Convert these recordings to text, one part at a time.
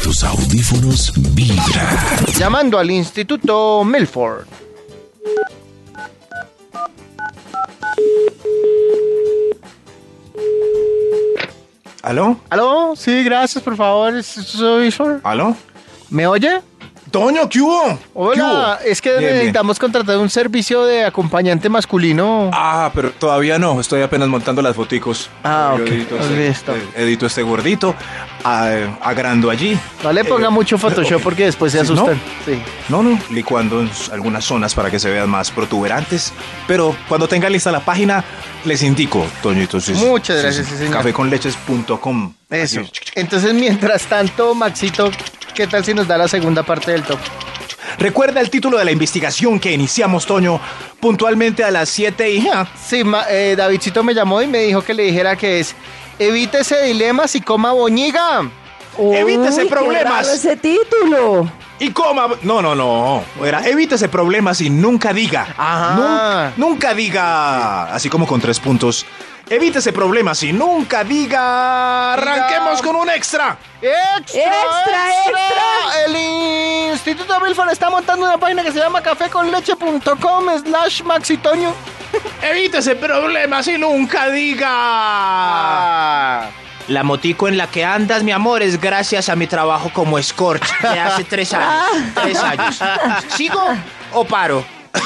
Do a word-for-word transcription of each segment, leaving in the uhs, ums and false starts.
tus audífonos vibra. Llamando al Instituto Milford. ¿Aló? ¿Aló? Sí, gracias, por favor. Soy Sor. ¿Aló? ¿Me oye? Toño, ¿qué hubo? Hola, ¿Qué hubo? es que Bien, bien. necesitamos contratar un servicio de acompañante masculino. Ah, pero todavía no, estoy apenas montando las foticos. Ah, Yo ok. edito este, Listo. eh, edito este gordito, ah, agrando allí. No le ponga Eh, mucho Photoshop ok. porque después se Sí, ¿no? asustan. Sí. No, no, licuando en algunas zonas para que se vean más protuberantes. Pero cuando tenga lista la página, les indico, Toñito. Sí, sí, Muchas gracias, sí, señor. café con leches punto com. Eso. Así. Entonces, mientras tanto, Maxito, ¿qué tal si nos da la segunda parte del top? Recuerda el título de la investigación que iniciamos, Toño, puntualmente a las siete y... ah, Sí, ma- eh, Davidcito me llamó y me dijo que le dijera que es evítese dilemas y coma boñiga. Evítese Uy, qué problemas. raro ese título. Y coma... No, no, no. Era, evítese problemas y nunca diga. Ajá. Nun- nunca diga... Así como con tres puntos. Evítese problemas y nunca diga... Arranquemos con un extra. ¡Extra, Extra, extra. El Instituto Milford está montando una página que se llama café con leche punto com slash maxitoño. Evítese problemas y nunca diga... Ah. La motico en la que andas, mi amor, es gracias a mi trabajo como escort de hace tres años. Tres años. ¿Sigo o paro?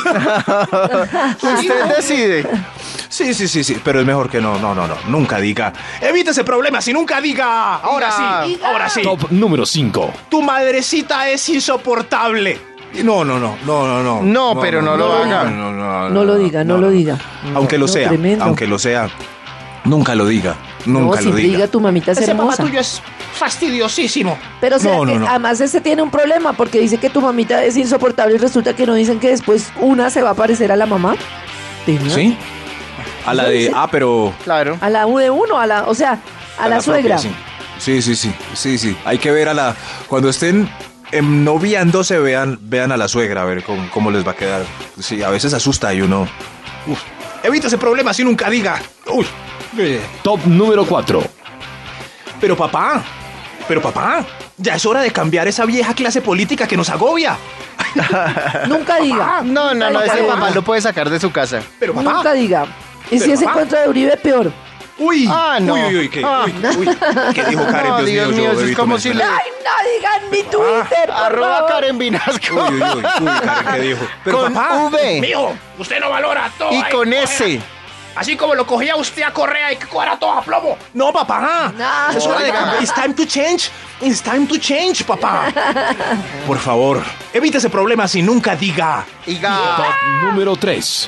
Usted decide. Sí, sí, sí, sí, pero es mejor que no, no, no, no. Nunca diga... Evítese problemas y nunca diga... Ahora Diga. sí, ahora sí. Top número cinco. Tu madrecita es insoportable. No, no, no, no, no, no. No, pero no lo haga. No, no, No lo diga, no lo diga. Aunque lo No, sea, tremendo. aunque lo sea, nunca lo diga, No, nunca lo siempre diga. diga tu mamita es Ese papá hermosa. tuyo es fastidiosísimo. Pero o sea, No, no, que no. además ese tiene un problema porque dice que tu mamita es insoportable y resulta que no dicen que después una se va a parecer a la mamá. ¿Tenaz? ¿Sí? A la de, ah, pero... Claro. A la U de uno, a la, o sea, a, la, suegra. propia, sí. Sí, sí, sí, sí, sí. Hay que ver a la... Cuando estén noviándose, vean, vean a la suegra, a ver cómo, cómo les va a quedar. Sí, a veces asusta y uno... Uf. Evítese problemas y nunca diga... Uy, eh, Top número cuatro. pero papá, pero papá, ya es hora de cambiar esa vieja clase política que nos agobia. Nunca diga. No, no, no, Nunca ese diga. papá lo puede sacar de su casa. Pero papá... Nunca diga. Y si Pero, es en papá. contra de Uribe, peor. Uy, Ah, no. uy, uy, uy, ¿qué, Ah. uy, uy, ¿qué dijo Karen? No, Dios, Dios mío, mío, yo eso es evito como si mencionar. ¡Ay, no digan mi Twitter, por Arroba favor! Karen Vinasco. Uy, uy, uy, uy, Karen, ¿qué dijo? Pero Con papá, V Mío, usted no valora todo. y ahí, con cógela. S. Así como lo cogía usted a Correa y que cogiera todo a plomo. no, papá, No. es hora de cambiar. It's time to change, it's time to change, papá. Por favor, evítese problemas y nunca diga. Diga. Top número tres.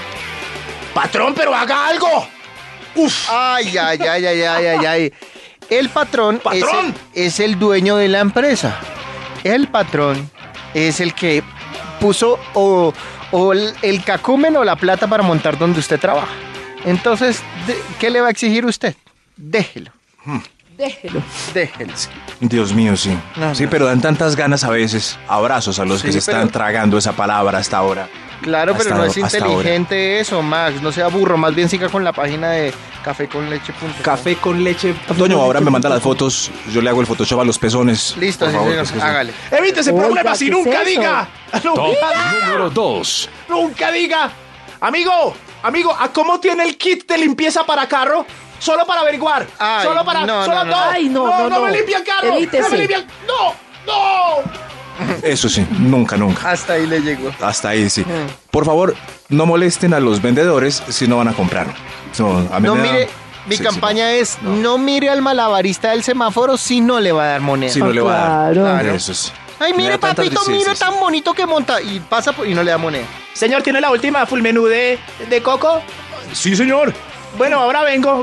Patrón, pero haga algo. Uf, Ay, ay, ay, ay, ay, ay, ay. El patrón, ¡Patrón! Es, el, es el dueño de la empresa. El patrón es el que puso o, o el, el cacumen o la plata para montar donde usted trabaja. Entonces, de- ¿qué le va a exigir usted? Déjelo, Déjelo. déjelo. Dios mío, sí. No, sí, no. pero dan tantas ganas a veces. Abrazos a los Sí, que se están pero- tragando esa palabra hasta ahora. Claro, pero Hasta no ahora- es hasta inteligente eso, Max. No sea burro. Más bien siga con la página de café con leche punto com. Café con leche. Toño, ahora me manda las fotos. Yo le hago el Photoshop a los pezones. Listo, Por sí, favor, señor. que es que sí. Hágale. Evítese Oiga, problemas y ¿qué nunca es eso? diga. Top Nunca, número dos. nunca diga. Amigo, amigo, ¿a cómo tiene el kit de limpieza para carro? Solo para averiguar. Ay, solo para. no, solo no, no. Ay, no, no, no, no. me limpia el carro. Evítese. No me limpia el- No, no. Eso sí, nunca, nunca. Hasta ahí le llegó. Hasta ahí sí. Mm. Por favor, no molesten a los vendedores si no van a comprar. No, a mí No me da- mire, mi Sí, sí, campaña es no. no mire al malabarista del semáforo si no le va a dar moneda. Si no le va a dar. Claro. Claro. Eso sí. Ay, Me mire, da tanta papito, tristeza, mire sí, sí. tan bonito que monta. Y pasa por- y no le da moneda. Señor, ¿tiene la última full menú de, de coco? Sí, señor. Bueno, ahora vengo.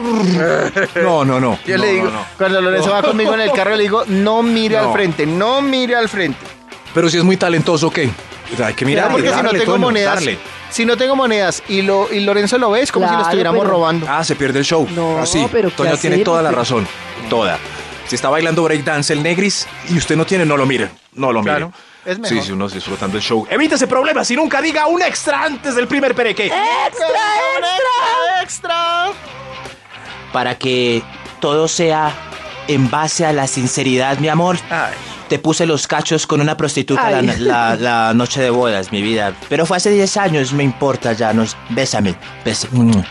No, no, no. Yo No, le digo, no, no. cuando Lorenzo va conmigo en el carro, le digo, no mire No. al frente, no mire al frente. Pero si es muy talentoso, ¿qué? O sea, hay que mirar. Claro, porque si no darle, tengo Toño, monedas, darle. si no tengo monedas y, lo, y Lorenzo lo ve, es como si lo Claro, estuviéramos pero- robando. Ah, se pierde el show. No, Ah, sí. pero ¿qué Toño tiene hacemos? toda la razón. Toda. Si está bailando breakdance el Negris y usted no tiene, no lo mire. No lo mire. Claro, es mejor. Sí, sí, uno disfrutando el show. Evítese problemas y nunca diga un extra antes del primer pereque. ¡Extra, ¡Extra, extra! extra! Para que todo sea en base a la sinceridad, mi amor, Ay. te puse los cachos con una prostituta la, Ay. la- la noche de bodas, mi vida. Pero fue hace diez años, me importa ya. Nos, bésame, bésame.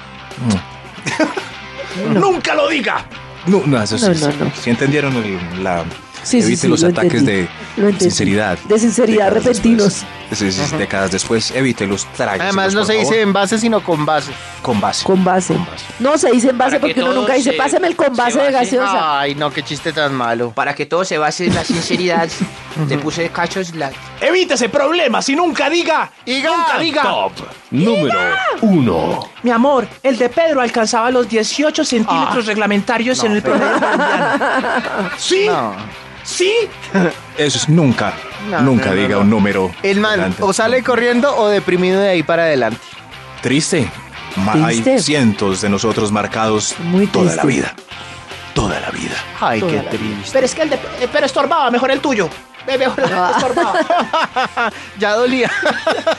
¡Nunca lo diga! No, no, eso sí. No, sí. no, no. ¿Sí entendieron el- la... Sí, sí, eviten sí, los lo ataques entendí. de Lo entendí. sinceridad. De sinceridad Décadas repentinos. después. Sí, sí, sí, décadas después, evítelos, trágueselos, Además no por se favor. dice en base, sino con base. con base. Con base. Con base. No, se dice en base Para que porque uno todo nunca dice, se- pásame el con se base de base. gaseosa. Ay, no, qué chiste tan malo. Para que todo se base en la sinceridad, te puse cachos la... Evítese problemas y nunca diga. ¡Iga! Nunca diga. Top número uno. Mi amor, el de Pedro alcanzaba los dieciocho centímetros reglamentarios en el promedio colombiano. Sí, No. sí. Eso es nunca, No, nunca no, no, diga no. un número. El man delante. o sale corriendo o deprimido de ahí para adelante. Triste. Ma- Triste. Hay cientos de nosotros marcados Muy toda la triste. vida. Toda la vida. Ay, Toda qué la vida. triste. Pero es que el de... eh, Pero estorbaba, mejor el tuyo. Eh, Mejor estorbaba. Ya dolía.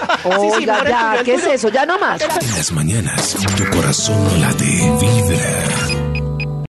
Oiga, mejor el ya, tuyo, el ¿qué es tuyo. eso? Ya no más. En las mañanas, tu corazón no late, vibra.